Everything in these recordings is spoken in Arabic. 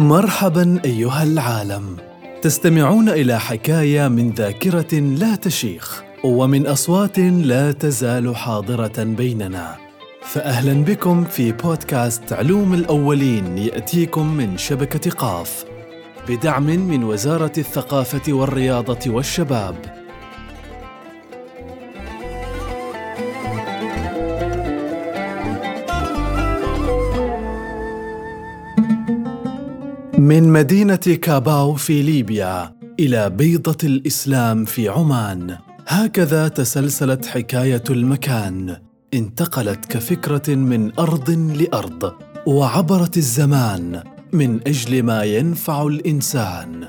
مرحباً أيها العالم، تستمعون إلى حكاية من ذاكرة لا تشيخ ومن أصوات لا تزال حاضرة بيننا. فأهلاً بكم في بودكاست علوم الأولين يأتيكم من شبكة قاف بدعم من وزارة الثقافة والرياضة والشباب. من مدينة كاباو في ليبيا إلى بيضة الإسلام في عمان، هكذا تسلسلت حكاية المكان، انتقلت كفكرة من أرض لأرض، وعبرت الزمان من أجل ما ينفع الإنسان.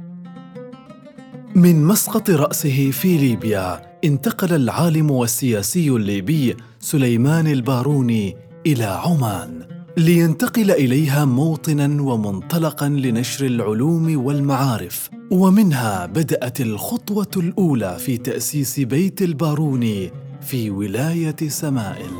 من مسقط رأسه في ليبيا، انتقل العالم والسياسي الليبي سليمان الباروني إلى عمان، لينتقل إليها موطناً ومنطلقاً لنشر العلوم والمعارف. ومنها بدأت الخطوة الأولى في تأسيس بيت الباروني في ولاية سمائل.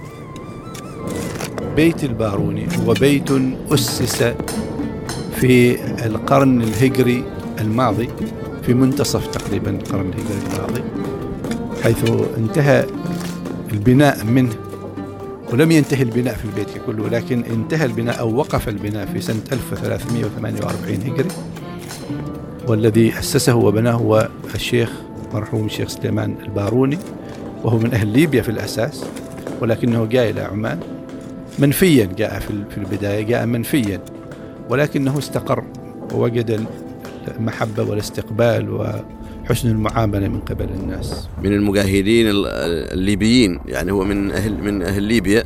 بيت الباروني هو بيت أسس في القرن الهجري الماضي، في منتصف تقريباً القرن الهجري الماضي، حيث انتهى البناء منه. ولم ينتهي البناء في البيت كله، لكن انتهى البناء أو وقف البناء في سنة 1348 هجري، والذي أسسه وبناه هو الشيخ مرحوم الشيخ سليمان الباروني، وهو من أهل ليبيا في الأساس، ولكنه جاء إلى عمان منفيا. جاء في البداية جاء منفيا، ولكنه استقر ووجد المحبة والاستقبال وحسن المعاملة من قبل الناس. من المجاهدين الليبيين، يعني هو من أهل ليبيا.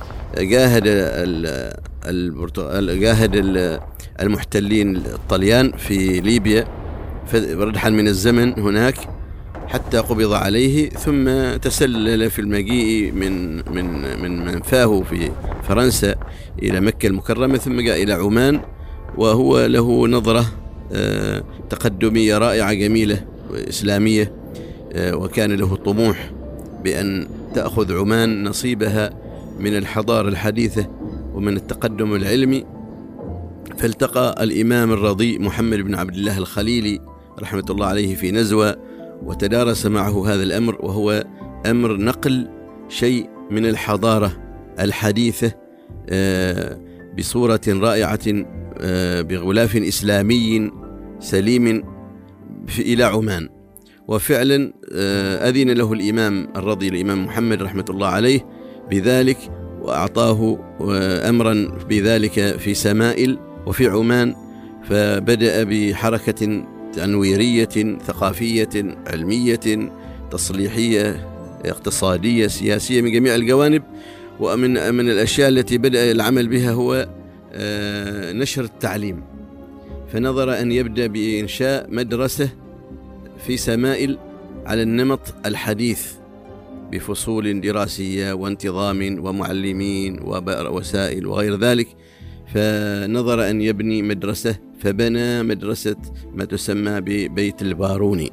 جاهد المحتلين الطليان في ليبيا ردحا من الزمن هناك حتى قبض عليه، ثم تسلل في المجيء من منفاه في فرنسا إلى مكة المكرمة، ثم جاء إلى عمان، وهو له نظرة تقدمية رائعة جميلة وإسلامية، وكان له طموح بأن تأخذ عمان نصيبها من الحضارة الحديثة ومن التقدم العلمي. فالتقى الإمام الرضي محمد بن عبد الله الخليلي رحمة الله عليه في نزوة، وتدارس معه هذا الأمر، وهو أمر نقل شيء من الحضارة الحديثة بصورة رائعة بغلاف إسلامي سليم إلى عمان. وفعلا أذن له الإمام الرضي الإمام محمد رحمة الله عليه بذلك، وأعطاه أمرا بذلك في سمائل وفي عمان، فبدأ بحركة تنويرية ثقافية علمية تصليحية اقتصادية سياسية من جميع الجوانب. ومن الأشياء التي بدأ العمل بها هو نشر التعليم، فنظر أن يبدأ بإنشاء مدرسة في سمائل على النمط الحديث بفصول دراسية وانتظام ومعلمين ووسائل وغير ذلك. فنظر أن يبني مدرسة، فبنى مدرسة ما تسمى ببيت الباروني.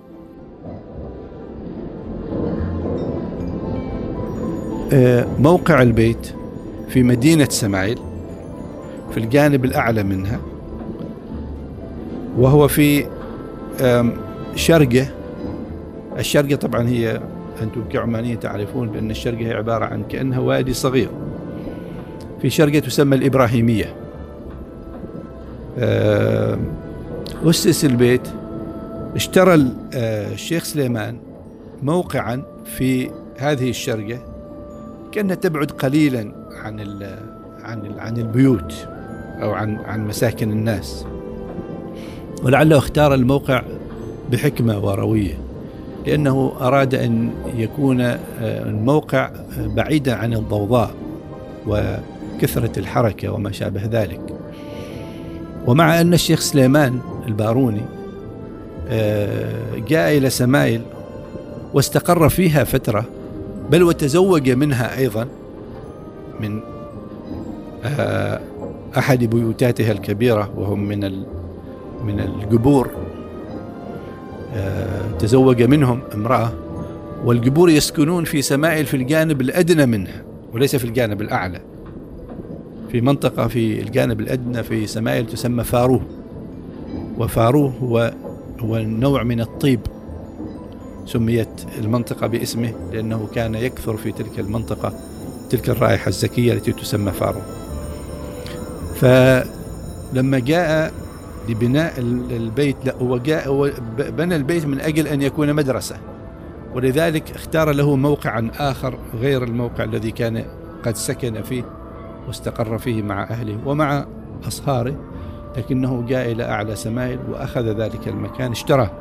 موقع البيت في مدينة سمائل في الجانب الأعلى منها، وهو في شرقة. الشرقة طبعا هي، أنتم كعمانيين تعرفون بأن الشرقة هي عبارة عن كأنها وادي صغير، في شرقة تسمى الإبراهيمية. أسس البيت، اشترى الشيخ سليمان موقعا في هذه الشرقة كأنها تبعد قليلا عن البيوت أو عن مساكن الناس، ولعله اختار الموقع بحكمة وروية، لأنه أراد أن يكون الموقع بعيدا عن الضوضاء وكثرة الحركة وما شابه ذلك. ومع أن الشيخ سليمان الباروني جاء إلى سمائل واستقر فيها فترة، بل وتزوج منها أيضا من أحد بيوتاتها الكبيرة، وهم من الجبور. تزوج منهم امرأة، والجبور يسكنون في سمائل في الجانب الأدنى منها وليس في الجانب الأعلى. في منطقة في الجانب الأدنى في سمايل تسمى فاروه، وفاروه هو نوع من الطيب، سميت المنطقة باسمه لأنه كان يكثر في تلك المنطقة تلك الرائحة الزكية التي تسمى فاروه. فلما جاء لبناء البيت، لا هو بنى البيت من أجل أن يكون مدرسة، ولذلك اختار له موقعا آخر غير الموقع الذي كان قد سكن فيه واستقر فيه مع أهله ومع أصهاره، لكنه جاء إلى أعلى سمايل وأخذ ذلك المكان،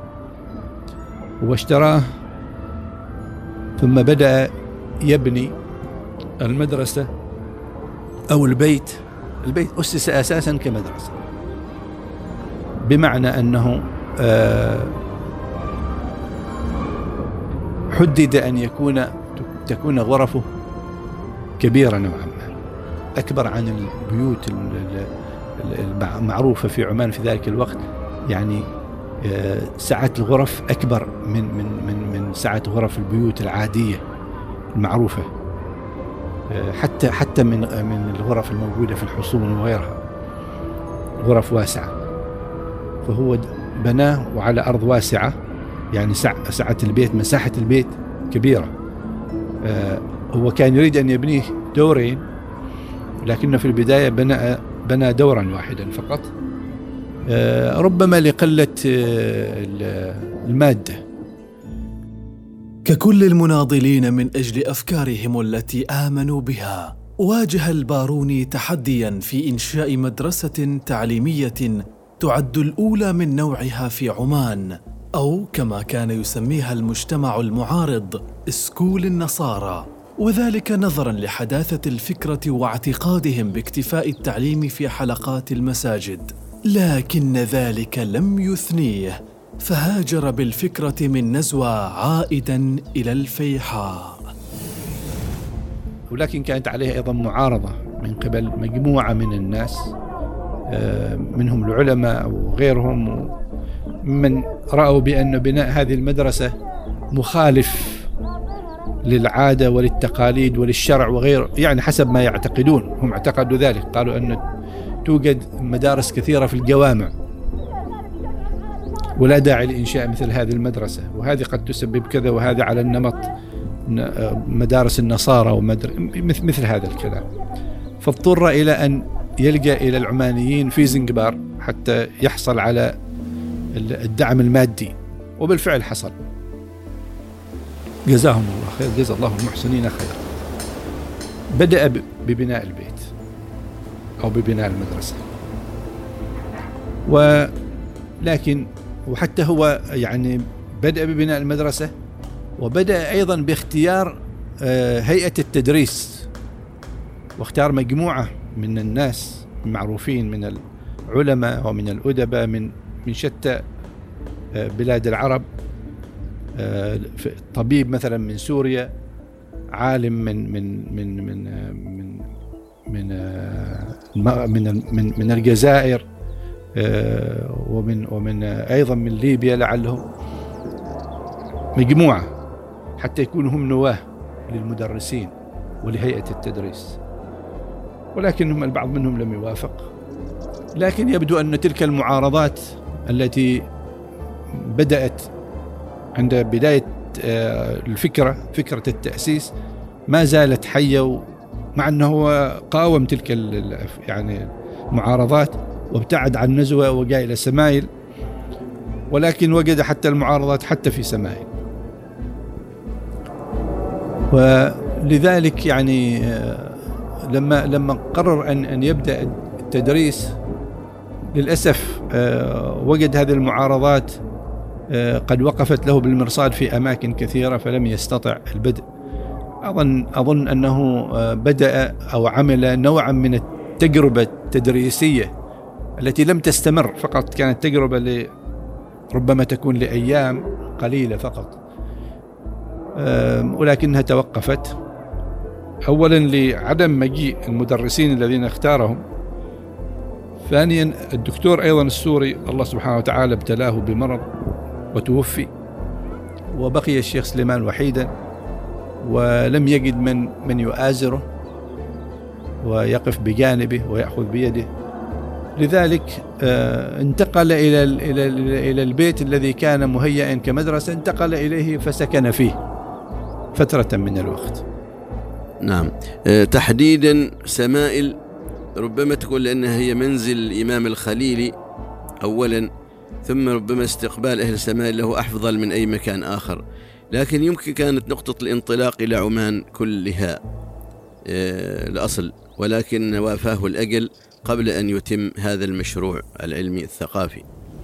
اشتراه ثم بدأ يبني المدرسة أو البيت أسس أساسا كمدرسة، بمعنى أنه حدد أن تكون غرفه كبيرة نوعا ما، أكبر عن البيوت المعروفة في عمان في ذلك الوقت، يعني سعة الغرف أكبر من سعة غرف البيوت العادية المعروفة، حتى من الغرف الموجودة في الحصون وغيرها، غرف واسعة. فهو بناه وعلى أرض واسعة، يعني سعة البيت، مساحة البيت كبيرة. هو كان يريد أن يبنيه دورين، لكنه في البداية بنى دورا واحدا فقط، ربما لقلة المادة. ككل المناضلين من أجل أفكارهم التي آمنوا بها، واجه الباروني تحدياً في إنشاء مدرسة تعليمية تعد الأولى من نوعها في عمان، أو كما كان يسميها المجتمع المعارض سكول النصارى، وذلك نظراً لحداثة الفكرة واعتقادهم باكتفاء التعليم في حلقات المساجد. لكن ذلك لم يثنيه، فهاجر بالفكرة من نزوى عائداً إلى الفيحاء. ولكن كانت عليه أيضاً معارضة من قبل مجموعة من الناس، منهم العلماء وغيرهم، من رأوا بأن بناء هذه المدرسة مخالف للعادة وللتقاليد وللشرع وغيره، يعني حسب ما يعتقدون، هم اعتقدوا ذلك، قالوا أن توجد مدارس كثيرة في الجوامع ولا داعي لإنشاء مثل هذه المدرسة، وهذه قد تسبب كذا، وهذا على النمط مدارس النصارى مثل هذا الكلام. فاضطر إلى أن يلجأ إلى العمانيين في زنجبار حتى يحصل على الدعم المادي، وبالفعل حصل، جزاهم الله خير، جزا الله المحسنين خيرا. بدأ ببناء البيت أو ببناء المدرسة، ولكن وحتى هو يعني بدأ ببناء المدرسة، وبدأ أيضا باختيار هيئة التدريس، واختار مجموعة من الناس المعروفين من العلماء ومن الأدباء من شتى بلاد العرب، طبيب مثلا من سوريا، عالم من الجزائر، ومن أيضا من ليبيا لعلهم، مجموعة حتى يكونوا هم نواة للمدرسين ولهيئة التدريس، ولكنهم البعض منهم لم يوافق. لكن يبدو أن تلك المعارضات التي بدأت عند بداية فكرة التأسيس ما زالت حية، مع أنه قاوم تلك يعني المعارضات وابتعد عن نزوة وجاء إلى سمايل، ولكن وجد حتى المعارضات حتى في سمايل. ولذلك يعني لما قرر أن يبدأ التدريس، للأسف وجد هذه المعارضات قد وقفت له بالمرصاد في أماكن كثيرة، فلم يستطع البدء. أظن أنه بدأ أو عمل نوعا من التجربة التدريسية التي لم تستمر، فقط كانت تجربة ربما تكون لأيام قليلة فقط، ولكنها توقفت، أولا لعدم مجيء المدرسين الذين اختارهم، ثانيا الدكتور أيضا السوري الله سبحانه وتعالى ابتلاه بمرض وتوفي، وبقي الشيخ سليمان وحيدا ولم يجد من يؤازره، ويقف بجانبه ويأخذ بيده. لذلك انتقل إلى البيت الذي كان مهيئا كمدرسة، انتقل إليه فسكن فيه فترة من الوقت. نعم. تحديدا سمائل ربما تقول لأنها هي منزل الإمام الخليلي أولا، ثم ربما استقبال أهل سمائل له أفضل من أي مكان آخر، لكن يمكن كانت نقطة الانطلاق إلى عمان كلها الأصل، ولكن وافاه الأجل قبل أن يتم هذا المشروع العلمي الثقافي.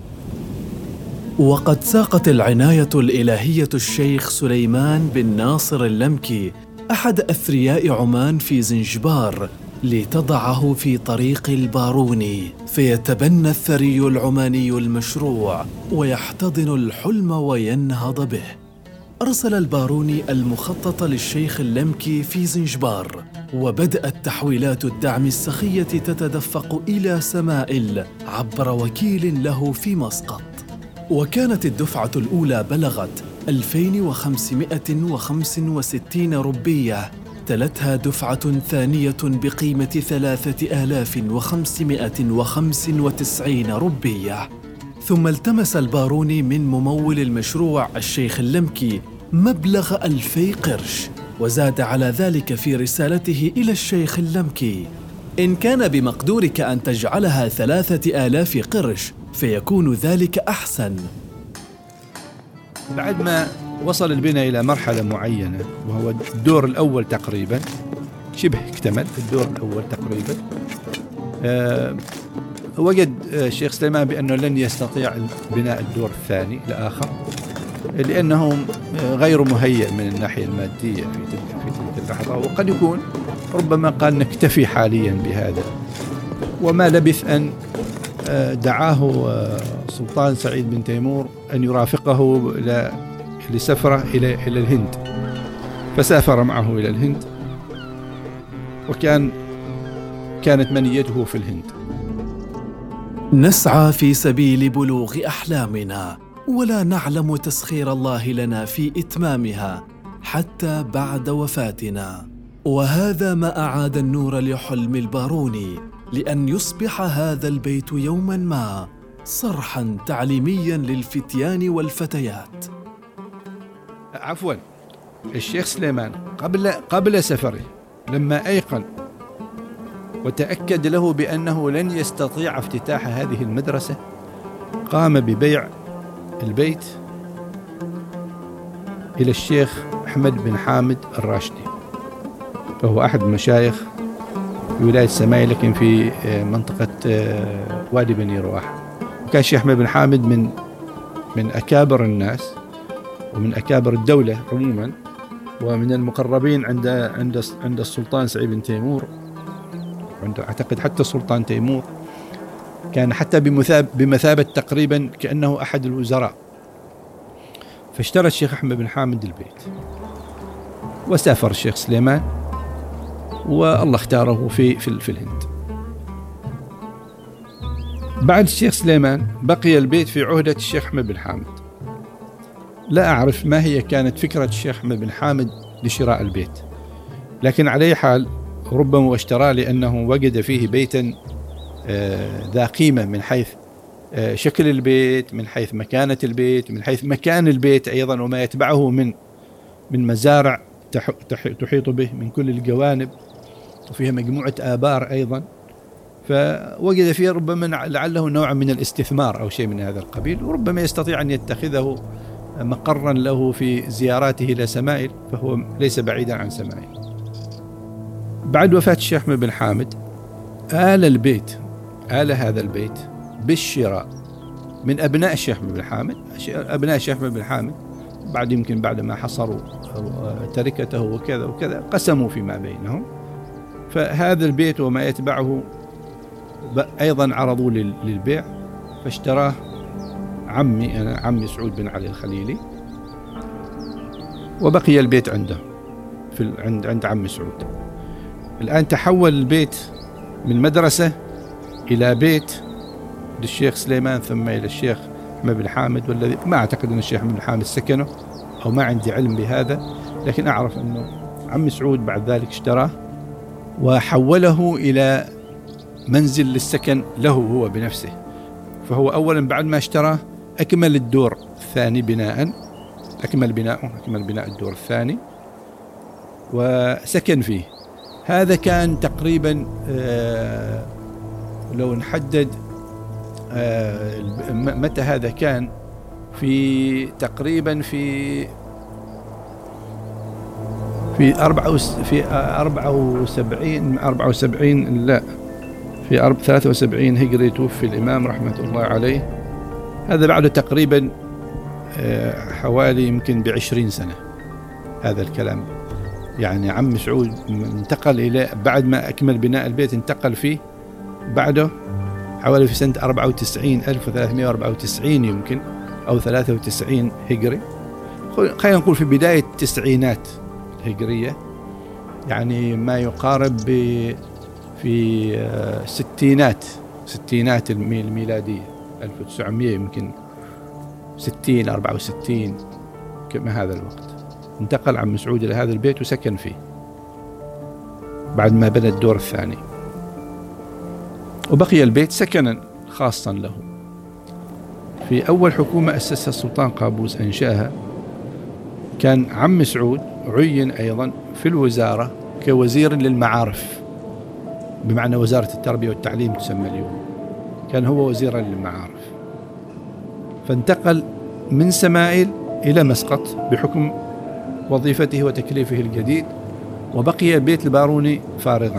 وقد ساقت العناية الإلهية الشيخ سليمان بن ناصر اللمكي أحد أثرياء عمان في زنجبار لتضعه في طريق الباروني، فيتبنى الثري العماني المشروع ويحتضن الحلم وينهض به. أرسل الباروني المخطط للشيخ اللمكي في زنجبار، وبدأت تحويلات الدعم السخية تتدفق إلى سمائل عبر وكيل له في مسقط. وكانت الدفعة الأولى بلغت 2565 ربية، تلتها دفعة ثانية بقيمة 3595 ربية. ثم التمس الباروني من ممول المشروع الشيخ اللمكي مبلغ 2000 قرش، وزاد على ذلك في رسالته إلى الشيخ اللمكي: إن كان بمقدورك أن تجعلها 3000 قرش فيكون ذلك أحسن. بعد ما وصل البناء إلى مرحلة معينة، وهو الدور الأول تقريبا شبه اكتمل الدور الأول تقريبا، وجد الشيخ سليمان بأنه لن يستطيع بناء الدور الثاني الآخر، لأنه غير مهيئ من الناحية المادية في تلك اللحظة، وقد يكون ربما قال نكتفي حاليا بهذا. وما لبث أن دعاه سلطان سعيد بن تيمور أن يرافقه لسفرة إلى الهند، فسافر معه إلى الهند، وكانت منيته في الهند. نسعى في سبيل بلوغ أحلامنا، ولا نعلم تسخير الله لنا في إتمامها حتى بعد وفاتنا. وهذا ما أعاد النور لحلم الباروني، لأن يصبح هذا البيت يوماً ما صرحاً تعليمياً للفتيان والفتيات. عفواً، الشيخ سليمان قبل سفره لما أيقن وتأكد له بأنه لن يستطيع افتتاح هذه المدرسة، قام ببيع البيت إلى الشيخ أحمد بن حامد الراشدي، فهو أحد المشايخ في ولاية سمايل، لكن في منطقة وادي بني رواح. وكان الشيخ أحمد بن حامد من أكابر الناس ومن أكابر الدولة عموما، ومن المقربين عند السلطان سعيد بن تيمور، أعتقد حتى السلطان تيمور كان حتى بمثابة تقريبا كأنه أحد الوزراء. فاشترى الشيخ أحمد بن حامد البيت، وسافر الشيخ سليمان، والله اختاره في الهند. بعد الشيخ سليمان بقي البيت في عهدة الشيخ أحمد بن حامد. لا أعرف ما هي كانت فكرة الشيخ أحمد بن حامد لشراء البيت، لكن على أي حال ربما اشتراه لأنه وجد فيه بيتا ذا قيمة من حيث شكل البيت، من حيث مكانة البيت، من حيث مكان البيت أيضا، وما يتبعه من مزارع تحيط به من كل الجوانب، وفيها مجموعة آبار أيضا. فوجد فيه ربما لعله نوع من الاستثمار أو شيء من هذا القبيل، وربما يستطيع أن يتخذه مقرا له في زياراته إلى سمايل، فهو ليس بعيدا عن سمايل. بعد وفاة الشيخ أحمد بن حامد آل هذا البيت بالشراء من أبناء الشيخ أحمد بن حامد. أبناء الشيخ أحمد بن حامد يمكن بعد ما حصروا تركته وكذا وكذا قسموا فيما بينهم، فهذا البيت وما يتبعه أيضا عرضوا للبيع، فاشتراه عمي سعود بن علي الخليلي، وبقي البيت عنده عند عمي سعود. الآن تحول البيت من مدرسة إلى بيت للشيخ سليمان، ثم إلى الشيخ أحمد بن حامد، والذي ما أعتقد أن الشيخ أحمد بن حامد سكنه، أو ما عندي علم بهذا، لكن أعرف أنه عمي سعود بعد ذلك اشتراه وحوله إلى منزل للسكن له هو بنفسه. فهو أولا بعد ما اشتراه أكمل الدور الثاني بناء، أكمل بناء الدور الثاني وسكن فيه. هذا كان تقريبا لو نحدد متى هذا كان، في تقريبا في 73 هجري توفي الإمام رحمة الله عليه. هذا بعده تقريبا حوالي يمكن ب20 سنة هذا الكلام. يعني عم سعود انتقل إلى بعد ما أكمل بناء البيت، انتقل فيه بعده حوالي في سنة 1394 يمكن أو 93 هجري، خلينا نقول في بداية التسعينات الهجرية، يعني ما يقارب في ستينات الميلادية 1900 يمكن 60 64 كما هذا الوقت. انتقل عم سعود إلى هذا البيت وسكن فيه بعد ما بنى الدور الثاني، وبقي البيت سكنا خاصا له. في أول حكومة أسسها السلطان قابوس أنشاها، كان عم سعود عين أيضا في الوزارة كوزير للمعارف، بمعنى وزارة التربية والتعليم تسمى اليوم، كان هو وزيرا للمعارف. فانتقل من سمائل إلى مسقط بحكم وظيفته وتكليفه الجديد، وبقي البيت الباروني فارغا.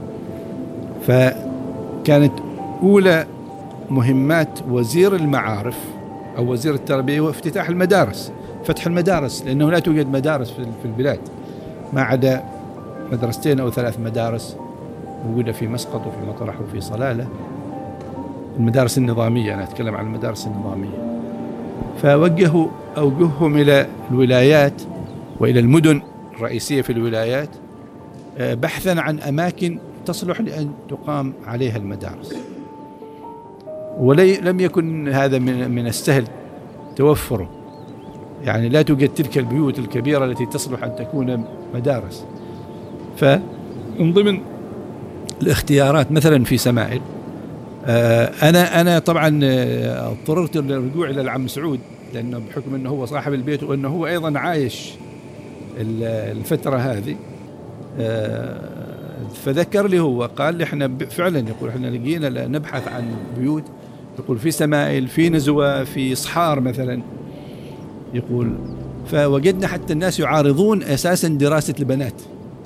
فكانت أولى مهمات وزير المعارف أو وزير التربية هو افتتاح المدارس، فتح المدارس، لأنه لا توجد مدارس في البلاد ما عدا مدرستين أو 3 مدارس موجودة في مسقط وفي مطرح وفي صلالة، المدارس النظامية، أنا أتكلم عن المدارس النظامية. أوجههم إلى الولايات وإلى المدن الرئيسية في الولايات بحثا عن أماكن تصلح لأن تقام عليها المدارس. ولم يكن هذا من السهل توفره، يعني لا توجد تلك البيوت الكبيرة التي تصلح أن تكون مدارس. فمن ضمن الاختيارات مثلا في سمائل، أنا طبعا اضطررت للرجوع إلى العم سعود، لأنه بحكم أنه هو صاحب البيت وأنه هو أيضا عايش الفترة هذه. فذكر لي، هو قال لي احنا فعلا، يقول احنا لقينا نبحث عن بيوت، يقول في سمائل، في نزوة، في صحار مثلا، يقول فوجدنا حتى الناس يعارضون أساسا دراسة البنات.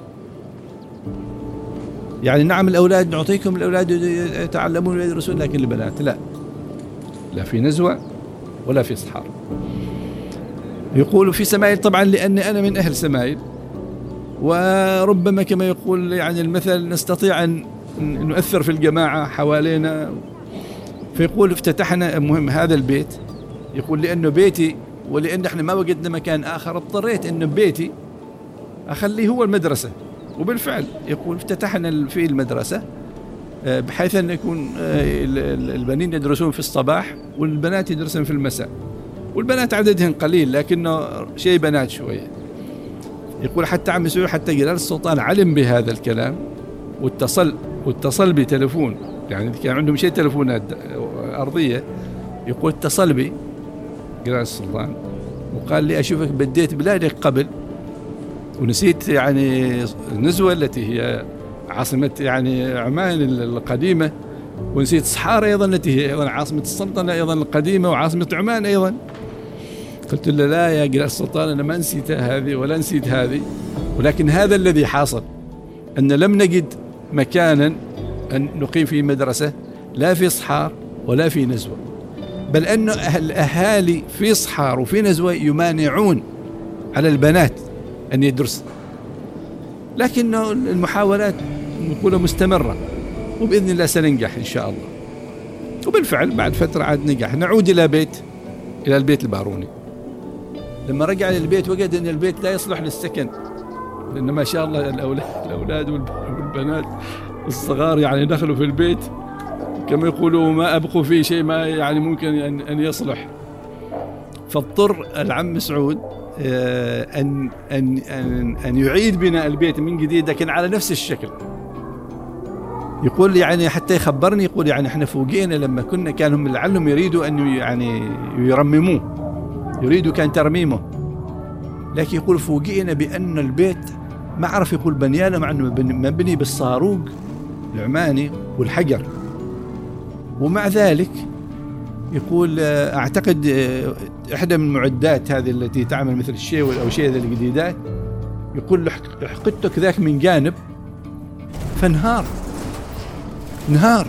يعني نعم الأولاد نعطيكم الأولاد يتعلمون ويدرسون، لكن البنات لا في نزوة ولا في صحار. يقول في سمائل طبعا لأني أنا من أهل سمائل، وربما كما يقول يعني المثل نستطيع أن نؤثر في الجماعة حوالينا. فيقول افتتحنا مهم هذا البيت، يقول لأنه بيتي، ولأن احنا ما وجدنا مكان آخر اضطريت أن بيتي أخليه هو المدرسة. وبالفعل يقول افتتحنا في المدرسة بحيث أن يكون البنين يدرسون في الصباح والبنات يدرسون في المساء، والبنات عددهن قليل لكنه شيء بنات شوية. يقول حتى عم سعود، حتى جلال السلطان علم بهذا الكلام واتصل بتلفون، يعني كان عندهم شيء تلفونات أرضية. يقول اتصل بي جلال السلطان وقال لي أشوفك بديت بلادك قبل ونسيت يعني النزوة التي هي عاصمة يعني عمان القديمة، ونسيت صحارى أيضا التي هي أيضا عاصمة السلطنة أيضا القديمة وعاصمة عمان أيضا. قلت له لا يا جلال السلطان، أنا ما نسيت هذه ولا نسيت هذه، ولكن هذا الذي حصل أن لم نجد مكانا أن نقيم فيه مدرسة، لا في صحار ولا في نزوة، بل أن الأهالي في صحار وفي نزوة يمانعون على البنات أن يدرسن، لكن المحاولات نقول مستمرة، وبإذن الله سننجح إن شاء الله. وبالفعل بعد فترة عاد نجح. نعود إلى البيت الباروني. لما رجع للبيت وجد أن البيت لا يصلح للسكن، لأن ما شاء الله الأولاد والبنات الصغار يعني دخلوا في البيت كما يقولوا ما أبقوا فيه شيء ما يعني ممكن أن يصلح. فاضطر العم سعود أن يعيد بناء البيت من جديد، لكن على نفس الشكل، يقول يعني حتى يخبرني، يقول يعني احنا فوقينا لما كنا كانوا لعلهم يريدوا أن يعني يرمموه، يريدوا كان ترميمه، لكن يقول فوقينا بأن البيت ما عرف يقول بنيانه مع أنه مبني بالصاروخ العماني والحجر. ومع ذلك يقول أعتقد إحدى من المعدات هذه التي تعمل مثل الشيء والأوشية الجديدات، يقول حقدتك ذاك من جانب فانهار، انهار،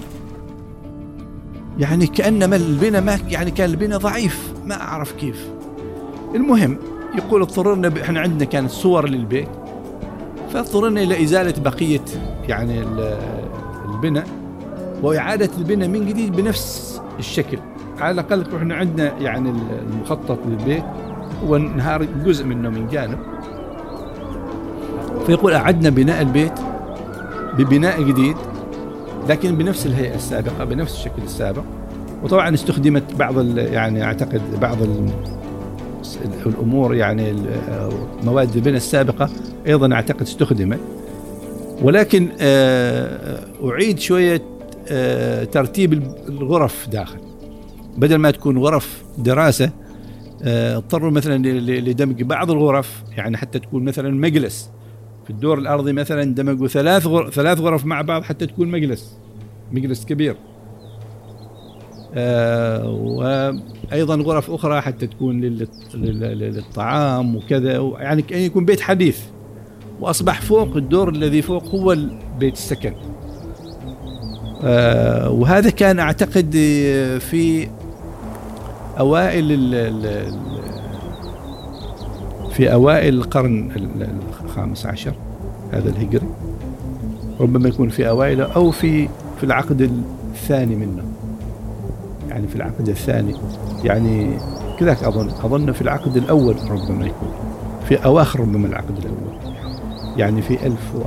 يعني كأنما البناء ما يعني كان البناء ضعيف، ما أعرف كيف. المهم يقول اضطررنا احنا عندنا كانت صور للبيت، فاضطررنا إلى إزالة بقية يعني البناء وإعادة البناء من جديد بنفس الشكل. على الأقل احنا عندنا يعني المخطط للبيت هو انهار جزء منه من جانب، فيقول أعدنا بناء البيت ببناء جديد لكن بنفس الهيئة السابقة، بنفس الشكل السابق. وطبعا استخدمت بعض يعني أعتقد بعض الأمور يعني مواد البناء السابقة أيضا أعتقد استخدمت، ولكن أعيد شوية ترتيب الغرف داخل، بدل ما تكون غرف دراسة اضطروا مثلا لدمج بعض الغرف، يعني حتى تكون مثلا مجلس في الدور الأرضي مثلا دمجوا ثلاث غرف مع بعض حتى تكون مجلس كبير، وأيضا غرف أخرى حتى تكون للطعام وكذا، يعني يكون بيت حديث. وأصبح فوق الدور الذي فوق هو البيت السكن. وهذا كان أعتقد في أوائل القرن ال15 هذا الهجري، ربما يكون في أوائله أو في العقد الثاني منه، يعني في العقد الثاني، يعني كذاك أظن في العقد الأول ربما يكون في أواخر ربما العقد الأول، يعني في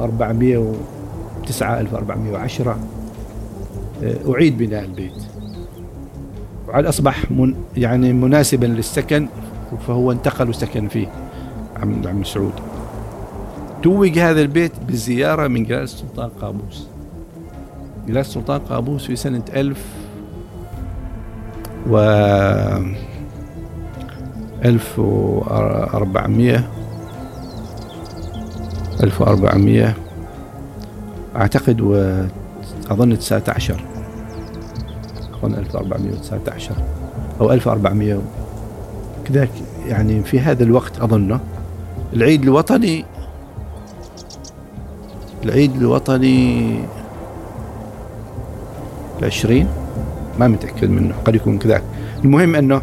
1409 1410 أعيد بناء البيت وعاد أصبح يعني مناسبا للسكن، فهو انتقل وسكن فيه عم سعود. توج هذا البيت بزيارة من جلالة السلطان قابوس. جلالة السلطان قابوس في سنة 1400 أعتقد، وأظن 19 أظن 1419 أو 1400 كذا، يعني في هذا الوقت أظنه العيد الوطني ال20 ما متأكد منه، قد يكون كذاك. المهم أنه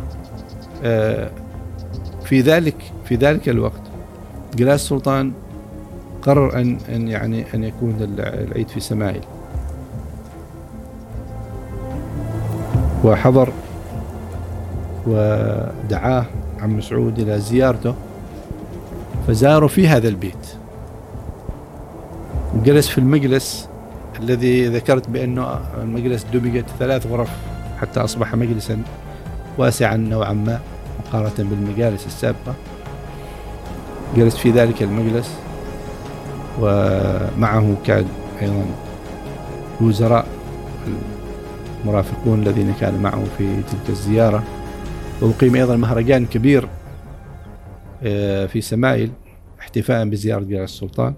في ذلك الوقت جلالة السلطان قرر أن يكون العيد في سمايل، وحضر ودعاه عم سعود إلى زيارته، فزاروا في هذا البيت وجلس في المجلس الذي ذكرت بأنه المجلس دمجت 3 غرف حتى أصبح مجلسا واسعا نوعا ما مقارنة بالمجالس السابقة. جلس في ذلك المجلس ومعه كان أيضا وزراء المرافقون الذين كانوا معه في تلك الزيارة. وأقيم أيضا مهرجان كبير في سمايل احتفاء بزيارة جلالة السلطان.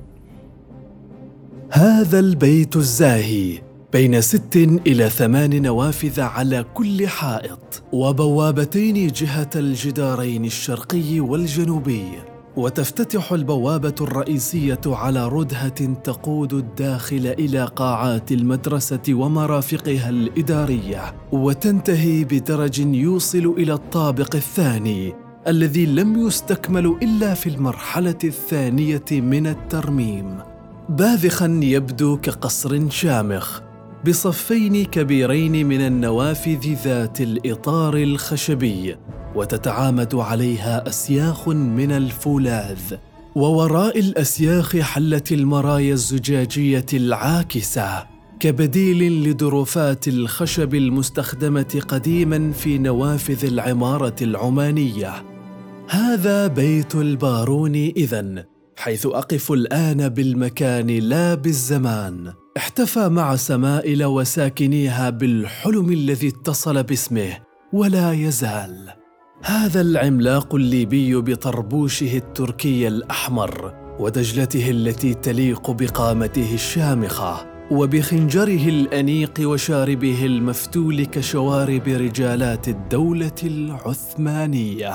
هذا البيت الزاهي بين 6 إلى 8 نوافذ على كل حائط، وبوابتين جهة الجدارين الشرقي والجنوبي، وتفتتح البوابة الرئيسية على ردهة تقود الداخل إلى قاعات المدرسة ومرافقها الإدارية، وتنتهي بدرج يوصل إلى الطابق الثاني الذي لم يستكمل إلا في المرحلة الثانية من الترميم. باذخاً يبدو كقصر شامخ بصفين كبيرين من النوافذ ذات الإطار الخشبي، وتتعامد عليها أسياخ من الفولاذ، ووراء الأسياخ حلت المرايا الزجاجية العاكسة كبديل لدرفات الخشب المستخدمة قديماً في نوافذ العمارة العمانية. هذا بيت البارون إذن، حيث أقف الآن بالمكان لا بالزمان. احتفى مع سمائل وساكنيها بالحلم الذي اتصل باسمه ولا يزال. هذا العملاق الليبي بطربوشه التركي الأحمر ودجلته التي تليق بقامته الشامخة وبخنجره الأنيق وشاربه المفتول كشوارب رجالات الدولة العثمانية.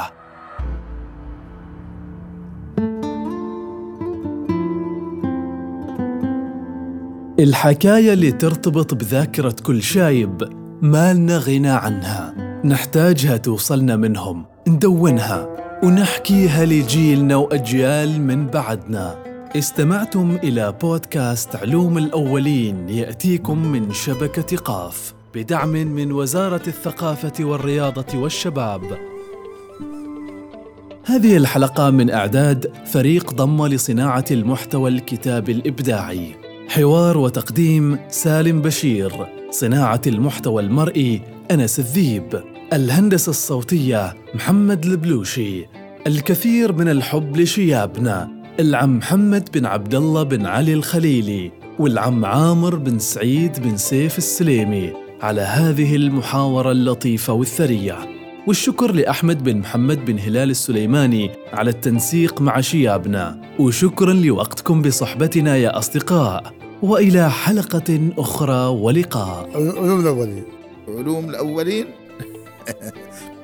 الحكاية اللي ترتبط بذاكرة كل شايب ما لنا غنى عنها، نحتاجها توصلنا منهم، ندونها ونحكيها لجيلنا وأجيال من بعدنا. استمعتم إلى بودكاست علوم الأولين يأتيكم من شبكة قاف بدعم من وزارة الثقافة والرياضة والشباب. هذه الحلقة من إعداد فريق ضم لصناعة المحتوى الكتاب الإبداعي. حوار وتقديم سالم بشير. صناعة المحتوى المرئي أنس الذيب. الهندسة الصوتية محمد البلوشي. الكثير من الحب لشيابنا العم محمد بن عبد الله بن علي الخليلي والعم عامر بن سعيد بن سيف السليمي على هذه المحاورة اللطيفة والثرية. والشكر لأحمد بن محمد بن هلال السليماني على التنسيق مع شيابنا. وشكرا لوقتكم بصحبتنا يا أصدقاء، وإلى حلقة أخرى ولقاء. علوم الأولين. علوم الأولين